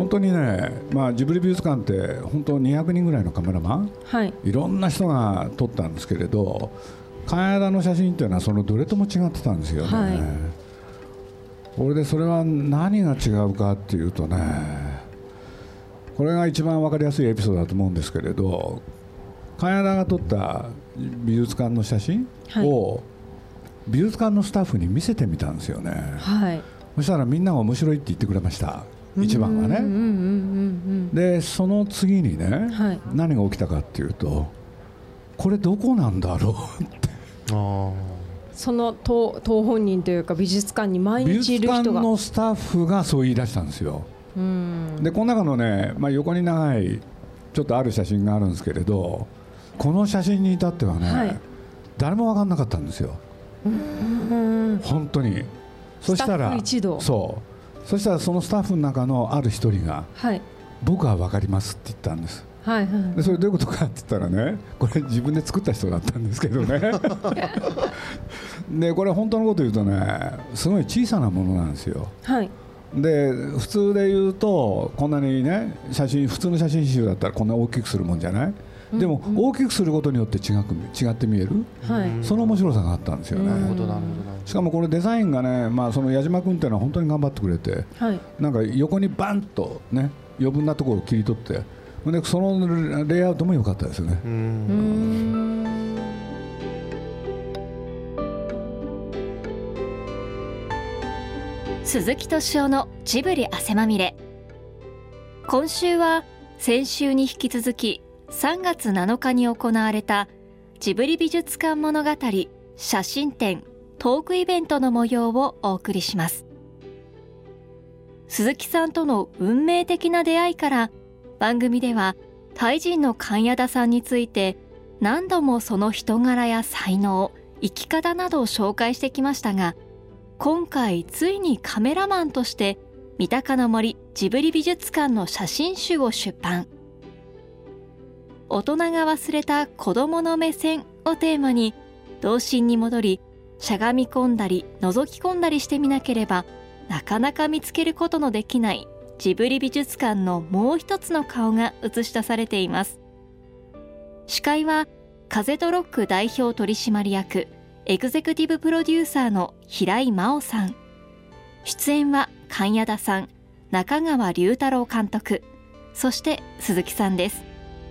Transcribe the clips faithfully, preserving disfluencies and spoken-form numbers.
当にね、まあ、ジブリ美術館って本当にひゃくにんぐらいのカメラマン、はい、いろんな人が撮ったんですけれど、金枝の写真っていうのはそのどれとも違ってたんですよね、はい、これでそれは何が違うかっていうとね、これが一番分かりやすいエピソードだと思うんですけれど、金枝が撮った美術館の写真を美術館のスタッフに見せてみたんですよね、はい、そしたらみんなが面白いって言ってくれました。一番はね、でその次にね、はい、何が起きたかっていうと、これどこなんだろうってあその当本人というか美術館に毎日いる人が、 美術館のスタッフがそう言い出したんですよ。うんでこの中のね、まあ、横に長いちょっとある写真があるんですけれど、この写真に至ってはね、はい、誰も分かんなかったんですよ、うん本当に。そしたらそうそしたらそのスタッフの中のある一人が、はい、僕は分かりますって言ったんです、はいはい、でそれどういうことかって言ったらね、これ自分で作った人だったんですけどねでこれ本当のこと言うとね、すごい小さなものなんですよ、はい、で普通で言うとこんなにね写真普通の写真集だったらこんな大きくするもんじゃない。でも大きくすることによって違く違って見える、はい、その面白さがあったんですよね。しかもこれデザインがね、まあ、その矢島君っていうのは本当に頑張ってくれて、はい、なんか横にバンとね余分なところを切り取って、でそのレイアウトも良かったですよね。うーん鈴木敏夫のジブリ汗まみれ。今週は先週に引き続きさんがつなのかに行われたジブリ美術館物語写真展トークイベントの模様をお送りします。鈴木さんとの運命的な出会いから番組ではタイ人の神谷田さんについて何度もその人柄や才能、生き方などを紹介してきましたが、今回ついにカメラマンとして三鷹の森ジブリ美術館の写真集を出版。大人が忘れた子供の目線をテーマに童心に戻り、しゃがみ込んだり覗き込んだりしてみなければなかなか見つけることのできないジブリ美術館のもう一つの顔が映し出されています。司会は風とロック代表取締役エグゼクティブプロデューサーの平井真央さん。出演は神谷田さん、中川龍太郎監督、そして鈴木さんです。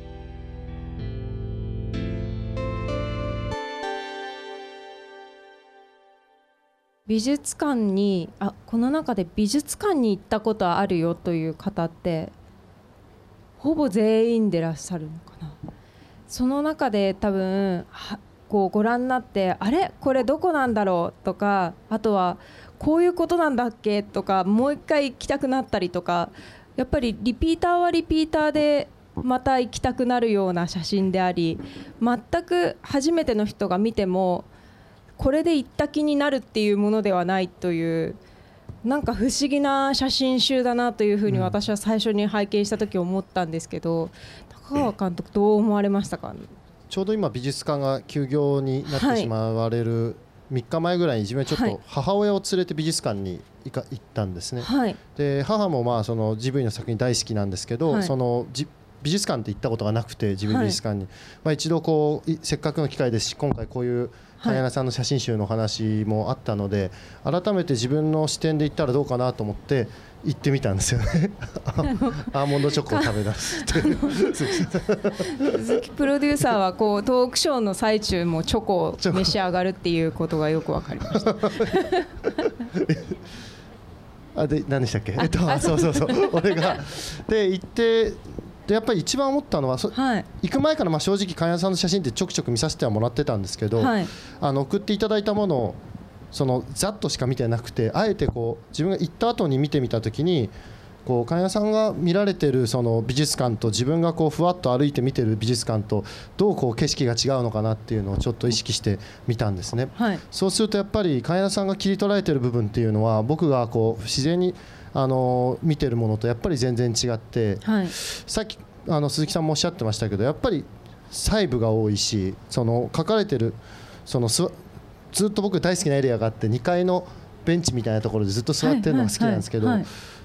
美術館にあこの中で美術館に行ったことあるよという方ってほぼ全員でいらっしゃるのかな。その中で多分こうご覧になって、あれこれどこなんだろうとか、あとはこういうことなんだっけとか、もう一回行きたくなったりとか、やっぱりリピーターはリピーターでまた行きたくなるような写真であり、全く初めての人が見てもこれで行った気になるっていうものではないという、なんか不思議な写真集だなというふうに私は最初に拝見した時思ったんですけど、中川監督どう思われましたか？ ちょうど今美術館が休業になってしまわれるみっかまえぐらいに自分はちょっと母親を連れて美術館に行か行ったんですね、はい、で母もまあそのジブリの作品大好きなんですけど、はい、その美術館って行ったことがなくて、ジブリ美術館に、はい、まあ、一度こうせっかくの機会ですし、今回こういう金谷さんの写真集の話もあったので、はい、改めて自分の視点で行ったらどうかなと思って行ってみたんですよねアーモンドチョコを食べ出す鈴木プロデューサーはこうトークショーの最中もチョコを召し上がるっていうことがよく分かりましたあで何でしたっけ、えっと、そうそうそう俺がで行ってでやっぱり一番思ったのは、はい、行く前からまあ正直金谷さんの写真ってちょくちょく見させてはもらってたんですけど、はい、あの送っていただいたものをそのざっとしか見てなくて、あえてこう自分が行った後に見てみた時に、こう金谷さんが見られてるその美術館と自分がこうふわっと歩いて見てる美術館とどうこう景色が違うのかなっていうのをちょっと意識してみたんですね、はい、そうするとやっぱり金谷さんが切り取られてる部分っていうのは僕がこう自然にあの見てるものとやっぱり全然違って、はい、さっきあの鈴木さんもおっしゃってましたけど、やっぱり細部が多いし、その書かれてるそのすずっと僕大好きなエリアがあって、にかいのベンチみたいなところでずっと座ってるのが好きなんですけど、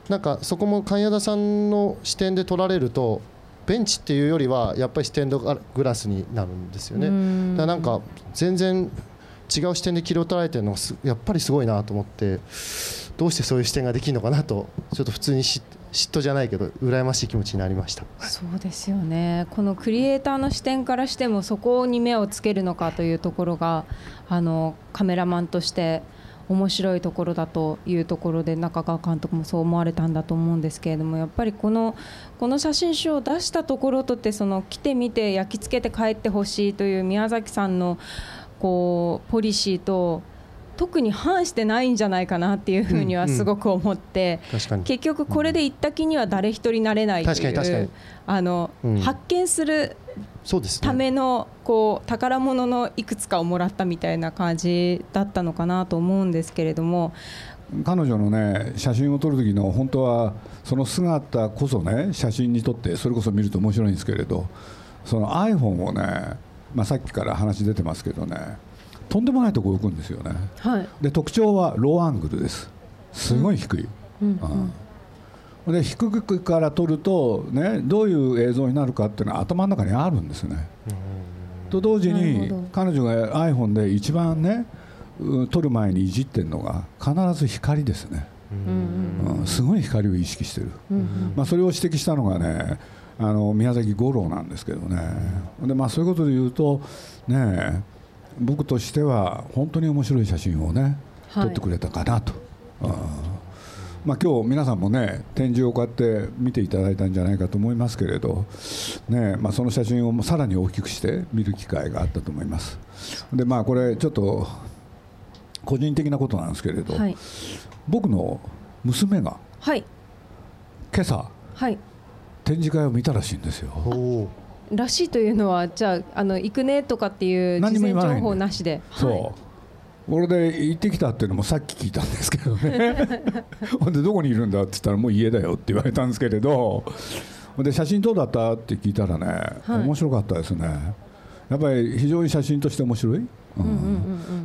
なんかそこも神谷田さんの視点で撮られるとベンチっていうよりはやっぱりステンドグラスになるんですよね。だからなんか全然違う視点で切り取られてるのがやっぱりすごいなと思って、どうしてそういう視点ができるのかなとちょっと普通に嫉妬じゃないけど羨ましい気持ちになりました。 そうですよね。このクリエイターの視点からしてもそこに目をつけるのかというところがあのカメラマンとして面白いところだというところで中川監督もそう思われたんだと思うんですけれども、やっぱりこのこの写真集を出したところとってその来てみて焼き付けて帰ってほしいという宮崎さんのこうポリシーと特に反してないんじゃないかなっていうふうにはすごく思って、うんうん、結局これで行った気には誰一人になれないというあの、うん、発見するためのこう宝物のいくつかをもらったみたいな感じだったのかなと思うんですけれども、 彼女のね写真を撮る時の本当はその姿こそね写真に撮ってそれこそ見ると面白いんですけれど、その iPhone をね、まあ、さっきから話出てますけどねとんでもないところ置くんですよね、はい、で特徴はローアングルです。すごい低い、うんうんうん、で低くから撮ると、ね、どういう映像になるかっていうのは頭の中にあるんですね。と同時に彼女が iPhone で一番ね撮る前にいじってるのが必ず光ですね、うんうん、すごい光を意識してる、うんうんまあ、それを指摘したのがねあの宮崎五郎なんですけどね。で、まあ、そういうことで言うとね僕としては本当に面白い写真をね撮ってくれたかなと、はい、まあ、今日皆さんもね展示をこうやって見ていただいたんじゃないかと思いますけれど、ねまあ、その写真をさらに大きくして見る機会があったと思います。で、まあ、これちょっと個人的なことなんですけれど、はい、僕の娘が、はい、今朝、はい、展示会を見たらしいんですよ。 らしいというのはじゃあ、あの行くねとかっていう事前情報なしで、 そう、はい、俺で行ってきたっていうのもさっき聞いたんですけどねほんでどこにいるんだって言ったらもう家だよって言われたんですけれど、で写真どうだったって聞いたらね、はい、面白かったですね。やっぱり非常に写真として面白い、うんうんうんうん、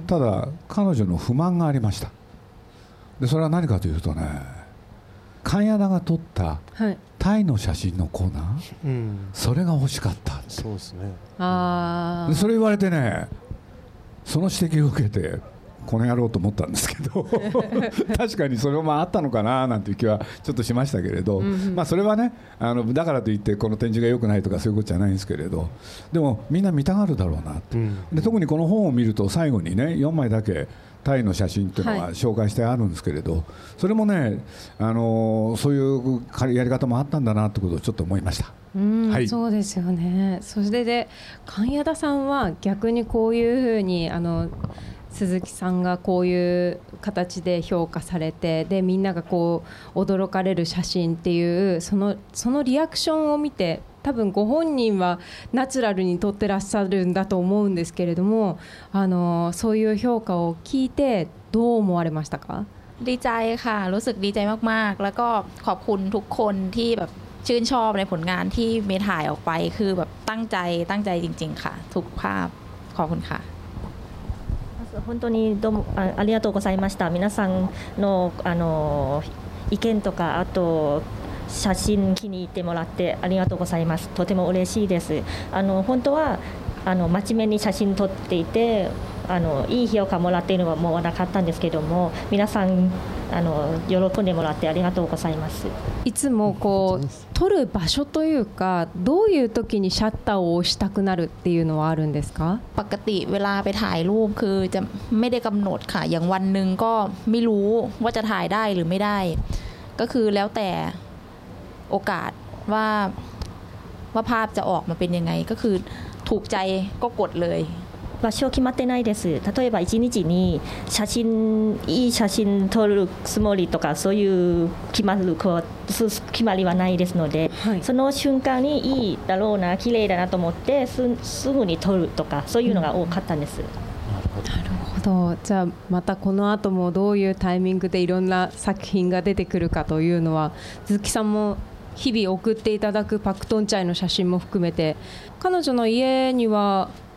ただ彼女の不満がありました。でそれは何かというとね神谷田が撮ったタイの写真のコーナー、うん、それが欲しかった。 そうですね。 あでそれ言われてねその指摘を受けてこの野郎と思ったんですけど確かにそれもあったのかななんていう気はちょっとしましたけれど、うんうんまあ、それはねあのだからといってこの展示が良くないとかそういうことじゃないんですけれど、でもみんな見たがるだろうなって、うん、で特にこの本を見ると最後にねよんまいだけタイの写真っていうのが紹介してあるんですけれど、はい、それもね、あのー、そういうやり方もあったんだなってことをちょっと思いました。 うん、はい、そうですよね。それで神谷田さんは逆にこういうふうにあの鈴木さんがこういう形で評価されてでみんながこう驚かれる写真っていうその、そのリアクションを見て多分ご本人はナチュラルに撮ってらっしゃるんだと思うんですけれども、あのそういう評価を聞いてどう思われましたか？ ดีใจค่ะรู้สึกดีใจมากๆแล้วก็ขอบคุณทุกคนที่แบบชื่นชอบในผลงานที่เมย์ถ่ายออกไปคือแบบตั้งใจตั้งใจจริงๆค่ะทุกภาพขอบคุณค่ะ本当にどうも あ, ありがとうございました。皆さん の, あの意見とかあと写真気に入ってもらってありがとうございます。とても嬉しいです。あの本当はあの真面目に写真撮っていてあのいい評価もらっているのはもうなかったんですけども、皆さんあの喜んでもらってありがとうございます。 いつもこう撮る場所というかどういう時にシャッターを押したくなるっていうのはあるんですか？ ปกติเวลาไปถ่ายรูปคือจะไม่ได้กำหนดค่ะอย่างวันหนึ่งก็ไม่รู้ว่าจะถ่ายได้หรือไม่ได้ก็คือแล้วแต่โอกาสว่าว่าภาพจะออกมาเป็นยังไงก็คือถูกใจก็กดเลย場所決まってないです。例えばいちにちに写真いい写真撮るつもりとかそういう決まる決まりはないですので、はい、その瞬間にいいだろうな綺麗だなと思って す, すぐに撮るとかそういうのが多かったんです、うん、 なるほど。じゃあまたこの後もどういうタイミングでいろんな作品が出てくるかというのは鈴木さんも日々送っていただくパクトンチャイの写真も含めて彼女の家には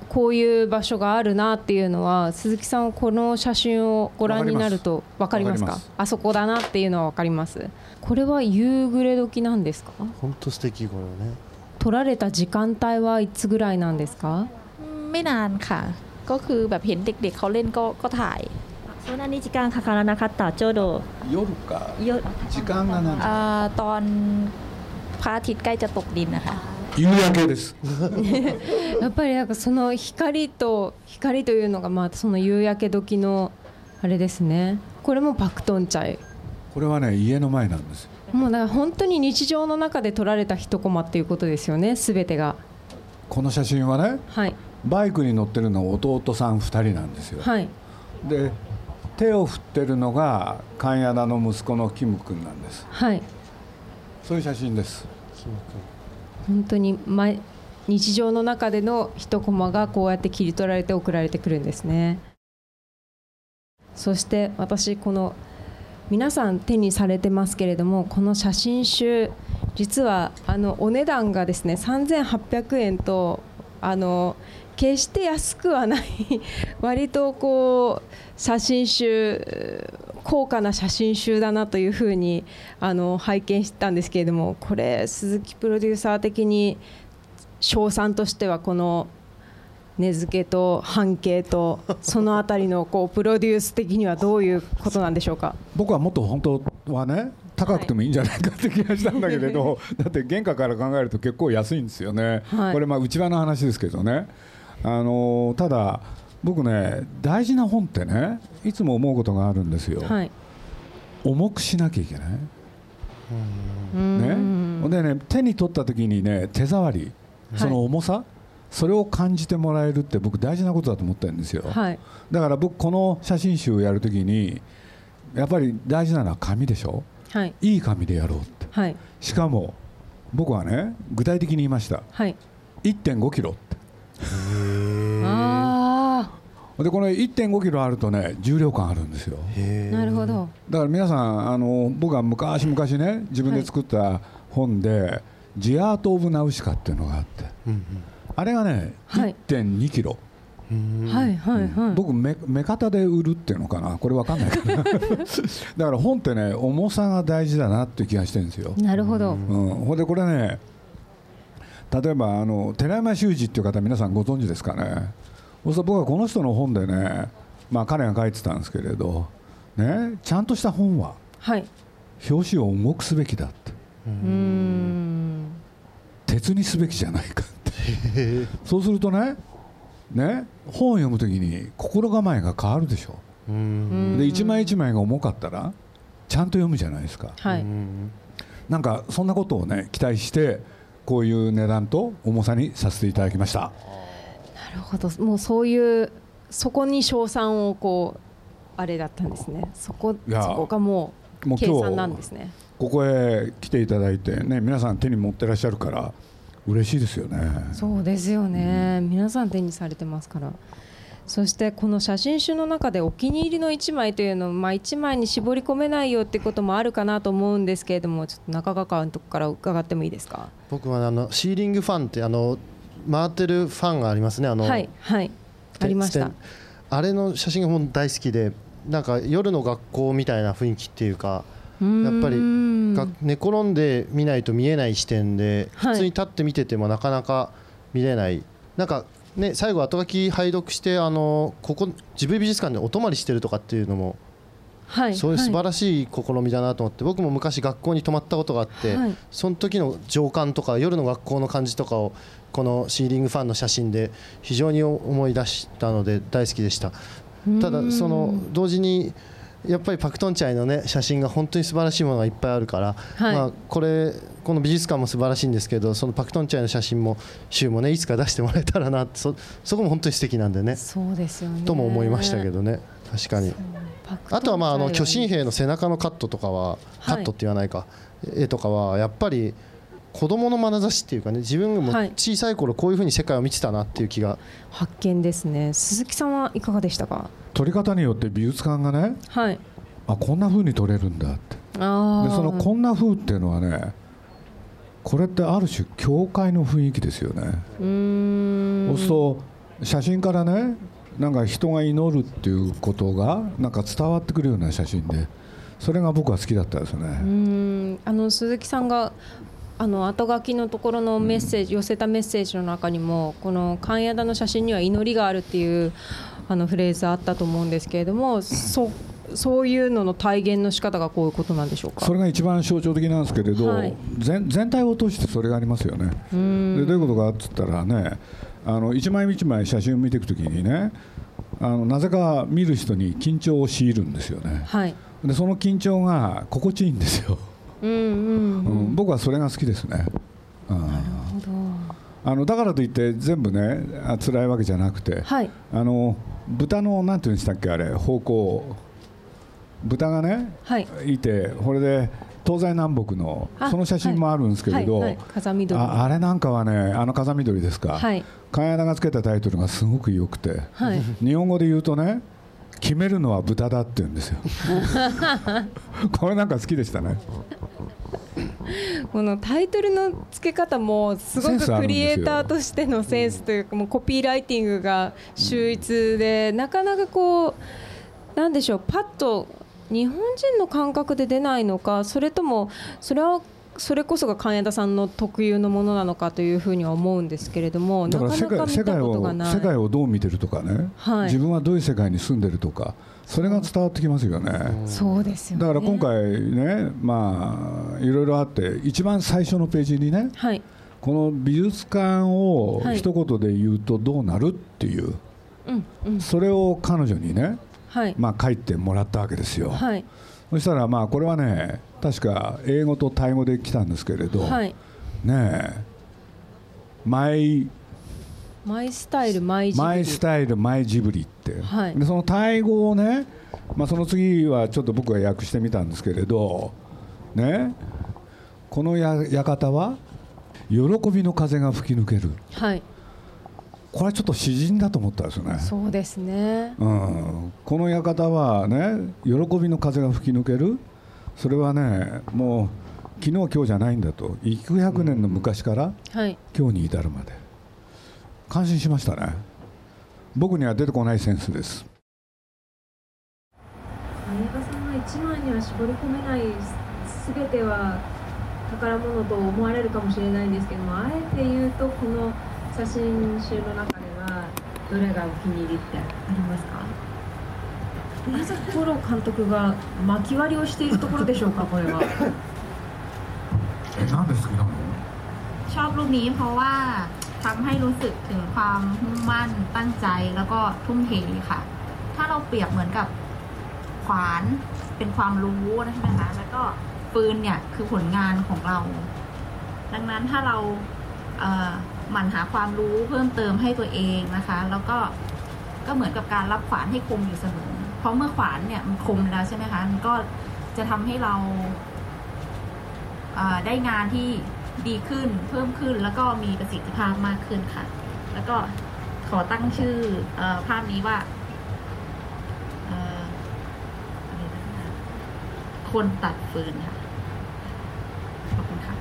こういう場所があるなっていうのは鈴木さんこの写真をご覧になると分かりますか？あそこだなっていうのは分かります。これは夕暮れ時なんですか？ 本当素敵これね。 撮られた時間帯はいつぐらいなんですか？ ไม่นานค่ะก็คือแบบเห็นเด็กๆเขาเล่นก็ก็ถ่าย。 そんなに時間かからなかった。ちょうど夜か時間が何時？ あตอนพระอาทิตย์ใกล้จะตกดินนะคะ夕焼けですやっぱりなんかその光と光というのがまあその夕焼け時のあれですね。これもパクトンチャイ。 これはね家の前なんです。 もうだから本当に日常の中で撮られた一コマっていうことですよね。すべてが。 この写真はね、はい、バイクに乗ってるのは弟さんふたりなんですよ。はい、で手を振ってるのが関谷田の息子のキム君なんです。はい、そういう写真です。 本当に毎日常の中での一コマがこうやって切り取られて送られてくるんですね。そして私この皆さん手にされてますけれどもこの写真集実はあのお値段がですねさんぜんはっぴゃくえんとあの決して安くはない割とこう写真集高価な写真集だなというふうにあの拝見したんですけれどもこれ鈴木プロデューサー的に賞賛としてはこの値付けと半径とそのあたりのこうプロデュース的にはどういうことなんでしょうか。 僕はもっと本当はね高くてもいいんじゃないかって気がしたんだけれど、はい、だって原価から考えると結構安いんですよね、はい、これまあ内輪の話ですけどねあのただ僕ね大事な本ってねいつも思うことがあるんですよ、はい、重くしなきゃいけないね、でね手に取った時にね手触りその重さ、はい、それを感じてもらえるって僕大事なことだと思ってるんですよ、はい、だから僕この写真集をやるときにやっぱり大事なのは紙でしょ、はい、いい紙でやろうって、はい、しかも僕はね具体的に言いました、はい、いってんごキロってあでこれ いってんごキロあるとね重量感あるんですよ。 なるほど。 だから皆さんあの僕は昔々ね自分で作った本で、はい、ジアート・オブ・ナウシカっていうのがあって、うんうん、あれがね、はい、いってんにキロはいはいはい、僕目目方で売るっていうのかなこれ分かんないかなだから本ってね重さが大事だなっていう気がしてるんですよ。 なるほど、うん、 ほんでこれね例えばあの寺山修司っていう方皆さんご存知ですかね。そうすると僕はこの人の本でね、まあ、彼が書いてたんですけれど、ね、ちゃんとした本は、はい、表紙を重くすべきだってうーん鉄にすべきじゃないかってそうするとねね、本を読むときに心構えが変わるでしょ。うーんで一枚一枚が重かったらちゃんと読むじゃないですか、はい、なんかそんなことをね期待してこういう値段と重さにさせていただきました。 なるほど。もうそういうそこに賞賛をこうあれだったんですね。そこそこがもう計算なんですね。 ここへ来ていただいてね皆さん手に持ってらっしゃるから嬉しいですよね。 そうですよね、うん、皆さん手にされてますから。そしてこの写真集の中でお気に入りのいちまいというのを、まあ、いちまいに絞り込めないよってこともあるかなと思うんですけれどもちょっと中川監督から伺ってもいいですか。 僕はあのシーリングファンってあの回ってるファンがありますね。あのはいはいありました。 あれの写真がもう大好きでなんか夜の学校みたいな雰囲気っていうかやっぱり寝転んで見ないと見えない視点で普通に立って見ててもなかなか見れない、はい、なんかね最後後書き拝読してあのここジブリ美術館でお泊まりしてるとかっていうのも、はい、そういう素晴らしい試みだなと思って、はい、僕も昔学校に泊まったことがあって、はい、その時の情感とか夜の学校の感じとかをこのシーリングファンの写真で非常に思い出したので大好きでした。ただその同時にやっぱりパクトンチャイの、ね、写真が本当に素晴らしいものがいっぱいあるから、はいまあ、これこの美術館も素晴らしいんですけどそのパクトンチャイの写真も集も、ね、いつか出してもらえたらなって そ, そこも本当に素敵なんでねそうですよねとも思いましたけどね。確かにあとは、まあ、あの巨神兵の背中のカットとかは、はい、カットって言わないか絵とかはやっぱり子供の眼差しっていうかね自分も小さい頃こういう風に世界を見てたなっていう気が、はい、 発見ですね。鈴木さんはいかがでしたか。 撮り方によって美術館がね、はい、あこんな風に撮れるんだってあでそのこんな風っていうのはねこれってある種教会の雰囲気ですよね。うーんそうすると写真からね、なんか人が祈るっていうことがなんか伝わってくるような写真で、それが僕は好きだったですね。 うーん、あの鈴木さんがあの後書きのところのメッセージ、寄せたメッセージの中にも、この関谷田の写真には祈りがあるっていうあのフレーズあったと思うんですけれども、そそういうのの体現の仕方がこういうことなんでしょうか。 それが一番象徴的なんですけれど、はい、全, 全体を通してそれがありますよね。うーん、でどういうことかって言ったらね、あの一枚一枚写真を見ていくときにね、あのなぜか見る人に緊張を強いるんですよね。はい、でその緊張が心地いいんですよ。うんうんうんうん、僕はそれが好きですね。あ、なるほど。あのだからといって全部ね辛いわけじゃなくて、はい、あの豚のなんていうんでしたっけ、あれ方向、豚がね、はい、いて、これで東西南北のその写真もあるんですけれど、はいはいはい、風緑 あ, あれなんかはね、あの風緑ですか、はい、関谷田がつけたタイトルがすごく良くて、はい、日本語で言うとね、決めるのは豚だって言うんですよこれなんか好きでしたね。 このタイトルの付け方もすごくクリエイターとしてのセンスというか、もうコピーライティングが秀逸で、なかなかこうなんでしょう、パッと日本人の感覚で出ないのか、それともそれはそれこそが関谷田さんの特有のものなのかというふうには思うんですけれども、 だから世界、世界を、世界をどう見てるとかね、はい、自分はどういう世界に住んでるとか、それが伝わってきますよね。 そうですよね。 だから今回ね、まあいろいろあって、一番最初のページにね、はい、この美術館を一言で言うとどうなるっていう、はい、それを彼女にね、はい、まあ書いてもらったわけですよ。はい、そしたらまあこれはね、確か英語とタイ語で来たんですけれど、はい、ねえ、マイマイスタイルマイジブリ、 マイスタイルマイジブリって、はい、でそのタイ語をね、まあ、その次はちょっと僕が訳してみたんですけれど、ね、このや館は喜びの風が吹き抜ける、はい、これはちょっと詩人だと思ったんですよね。 そうですね、 うん、この館はね、喜びの風が吹き抜ける、それはね、もう昨日今日じゃないんだと、幾百年の昔から、はい、今日に至るまで感心しましたね。僕には出てこないセンスです。 関谷田さんが一枚には絞り込めない全ては宝物と思われるかもしれないんですけども、あえて言うとこの写真集の中ではどれがお気に入りってありますか？なぜ五郎監督が巻き割りをしているところでしょうか、これは。 え、なんで好きなの？ ชอบรูปนี้เพราะว่าทำให้รู้สึกถึงความมุ่งมั่นตั้งใจแล้วก็ทุ่มเทค่ะถ้าเราเปรียบเหมือนกับขวานเป็นความรู้ใช่ไหมคะแล้วก็ปืนเนี่ยคือผลงานของเราดังนั้นถ้าเราเอ่อหมั่นหาความรู้เพิ่มเติมให้ตัวเองนะคะแล้วก็ก็เหมือนกับการรับขวานให้คมอยู่เสมอเพราะเมื่อขวานเนี่ยมันคมแล้วใช่ไหมคะมันก็จะทำให้เราได้งานที่ดีขึ้นเพิ่มขึ้นแล้วก็มีประสิทธิภาพมากขึ้นค่ะแล้วก็ขอตั้งชื่อภาพนี้ว่าคนตัดฟืนค่ะขอบคุณค่ะ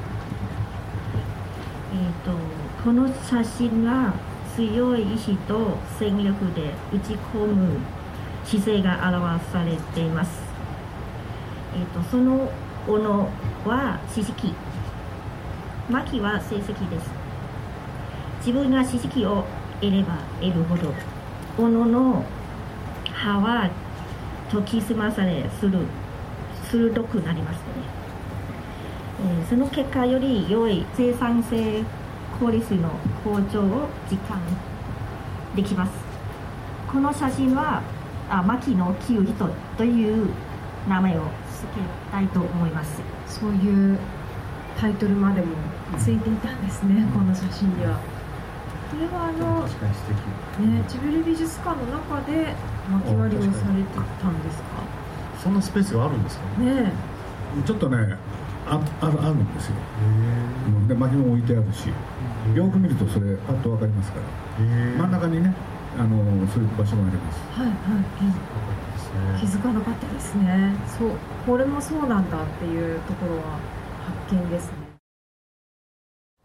えっとこの写真は強い意志と戦力で打ち込む姿勢が表されています。えっとその斧は知識、薪は成績です。自分が知識を得れば得るほど斧の刃は研ぎ澄まされする鋭くなりますね、えー、その結果より良い生産性効率の向上を実感できます。この写真はあ牧野清人という名前を付けたいと思います。 そういうタイトルまでもついていたんですね、この写真には。これはあの、ね、ジブリ美術館の中で巻き割りをされてたんですか？ そんなスペースがあるんですかね。 ちょっとね、あ, あ, るあるんですよ。で薪も置いてあるし、よく見るとそれパッと分かりますから。真ん中にね、あのそういう場所もあります。 はいはい。気づかなかったですね。そう、これもそうなんだっていうところは発見ですね。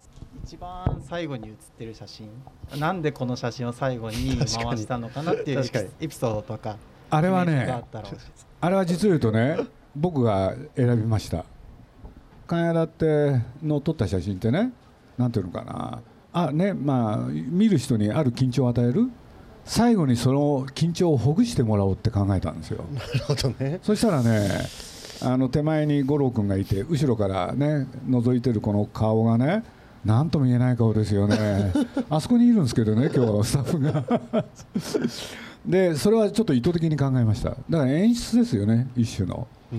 一番最後に写ってる写真、なんでこの写真を最後に回したのかなっていうエピソードとか。 あれはね、あれは実を言うとね、僕が選びました。金田っての撮った写真ってね、なんていうのかな、あね、まあ見る人にある緊張を与える、最後にその緊張をほぐしてもらおうって考えたんですよ。 なるほどね。 そしたらね、あの手前に五郎君がいて、後ろからね覗いてるこの顔がね、なんとも言えない顔ですよね。あそこにいるんですけどね、今日スタッフがでそれはちょっと意図的に考えました。だから演出ですよね、一種の、うんうん、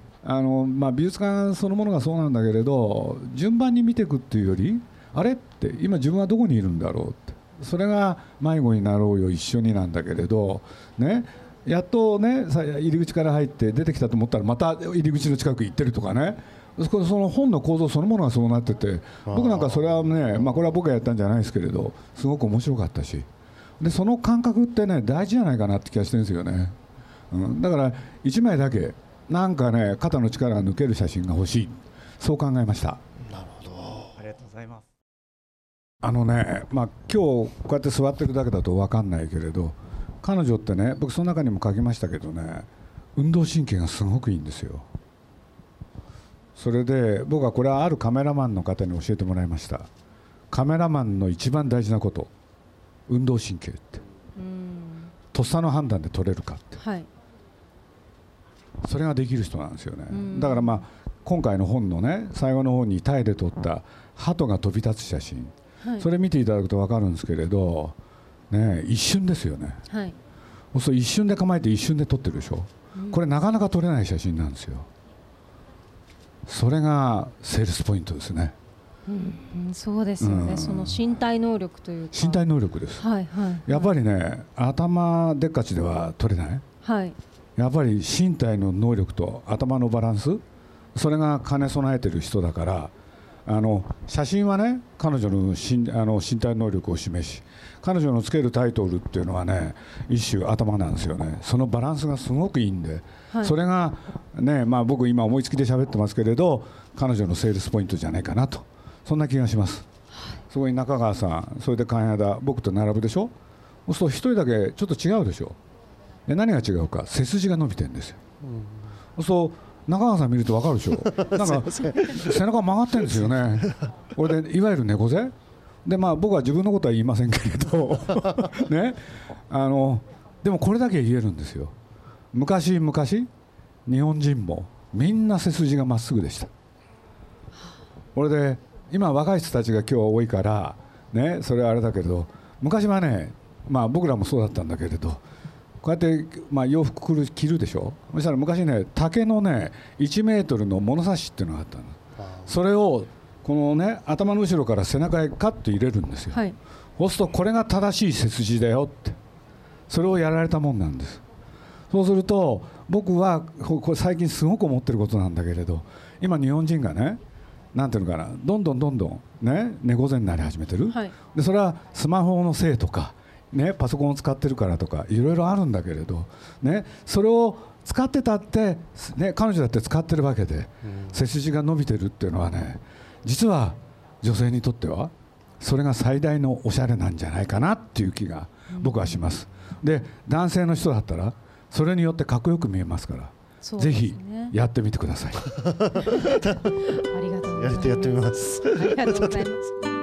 あのまあ、美術館そのものがそうなんだけれど、順番に見ていくっていうより、あれって今自分はどこにいるんだろうって、それが迷子になろうよ一緒になんだけれどね、やっとね入り口から入って出てきたと思ったらまた入り口の近く行ってるとかね、その本の構造そのものがそうなってて、僕なんかそれはね、まあ、これは僕がやったんじゃないですけれど、すごく面白かったし、でその感覚ってね大事じゃないかなって気がしてるんですよね、うん、だからいちまいだけなんかね肩の力が抜ける写真が欲しい、そう考えました。 なるほど、 ありがとうございます。 あのね、まあ、今日こうやって座ってるだけだと分かんないけれど、彼女ってね、僕その中にも書きましたけどね、運動神経がすごくいいんですよ。それで僕はこれはあるカメラマンの方に教えてもらいました。カメラマンの一番大事なこと、運動神経って、とっさの判断で取れるかって、はい、それができる人なんですよね。だからまあ今回の本のね最後の方にタイで撮った鳩が飛び立つ写真、はい、それ見ていただくと分かるんですけれど、ね、一瞬ですよね、はい、そう一瞬で構えて一瞬で撮ってるでしょ、うん、これなかなか撮れない写真なんですよ。それがセールスポイントですね。 うん、そうですよね、うん、その身体能力というか。 身体能力です、はいはいはい、やっぱりね頭でっかちでは撮れない、はい、やっぱり身体の能力と頭のバランス、それが兼ね備えてる人だから、あの写真はね彼女の身、あの身体能力を示し、彼女のつけるタイトルっていうのはね一種頭なんですよね。そのバランスがすごくいいんで、はい、それがね、まあ、僕今思いつきで喋ってますけれど、彼女のセールスポイントじゃないかなと、そんな気がします。そこに中川さん、それで金田、僕と並ぶでしょ。そうすると一人だけちょっと違うでしょ。で何が違うか、背筋が伸びてるんですよ、うん、そう中川さん見ると分かるでしょ。なんか背中曲がってるんですよね。これでいわゆる猫背で、まあ、僕は自分のことは言いませんけれどね、あのでもこれだけ言えるんですよ。昔々日本人もみんな背筋がまっすぐでした。これで今若い人たちが今日多いからね、それはあれだけど、昔はね、まあ僕らもそうだったんだけれど、こうやって、まあ、洋服着るでしょ。そしたら昔ね、竹のねいちメートルの物差しっていうのがあったの。それをこのね頭の後ろから背中へカッと入れるんですよ、はい、そうするとこれが正しい背筋だよって、それをやられたもんなんです。そうすると僕はこれ最近すごく思ってることなんだけれど、今日本人がね、なんていうのかな、どんどんどんどんね猫背になり始めてる、はい、でそれはスマホのせいとかね、パソコンを使ってるからとかいろいろあるんだけれど、ね、それを使ってたって、ね、彼女だって使ってるわけで、うん、背筋が伸びてるっていうのはね、実は女性にとってはそれが最大のおしゃれなんじゃないかなっていう気が僕はします、うん、で男性の人だったらそれによってかっこよく見えますから、ね、ぜひやってみてください。ありがとうございます。やってみます。 ありがとうございます。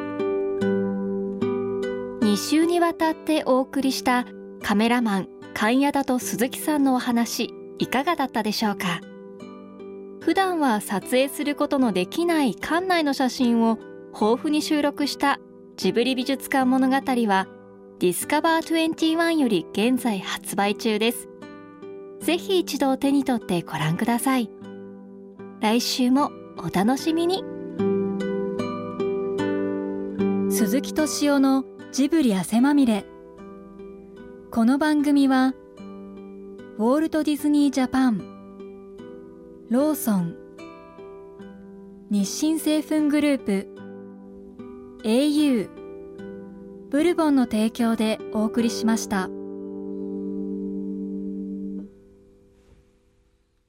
に週にわたってお送りしたカメラマン神谷田と鈴木さんのお話、いかがだったでしょうか。普段は撮影することのできない館内の写真を豊富に収録したジブリ美術館物語はディスカバーにじゅういちより現在発売中です。ぜひ一度手に取ってご覧ください。来週もお楽しみに。 鈴木敏夫のジブリ汗まみれ。この番組はウォルト・ディズニー・ジャパン、ローソン、日清製粉グループ、エーユー、ブルボンの提供でお送りしました。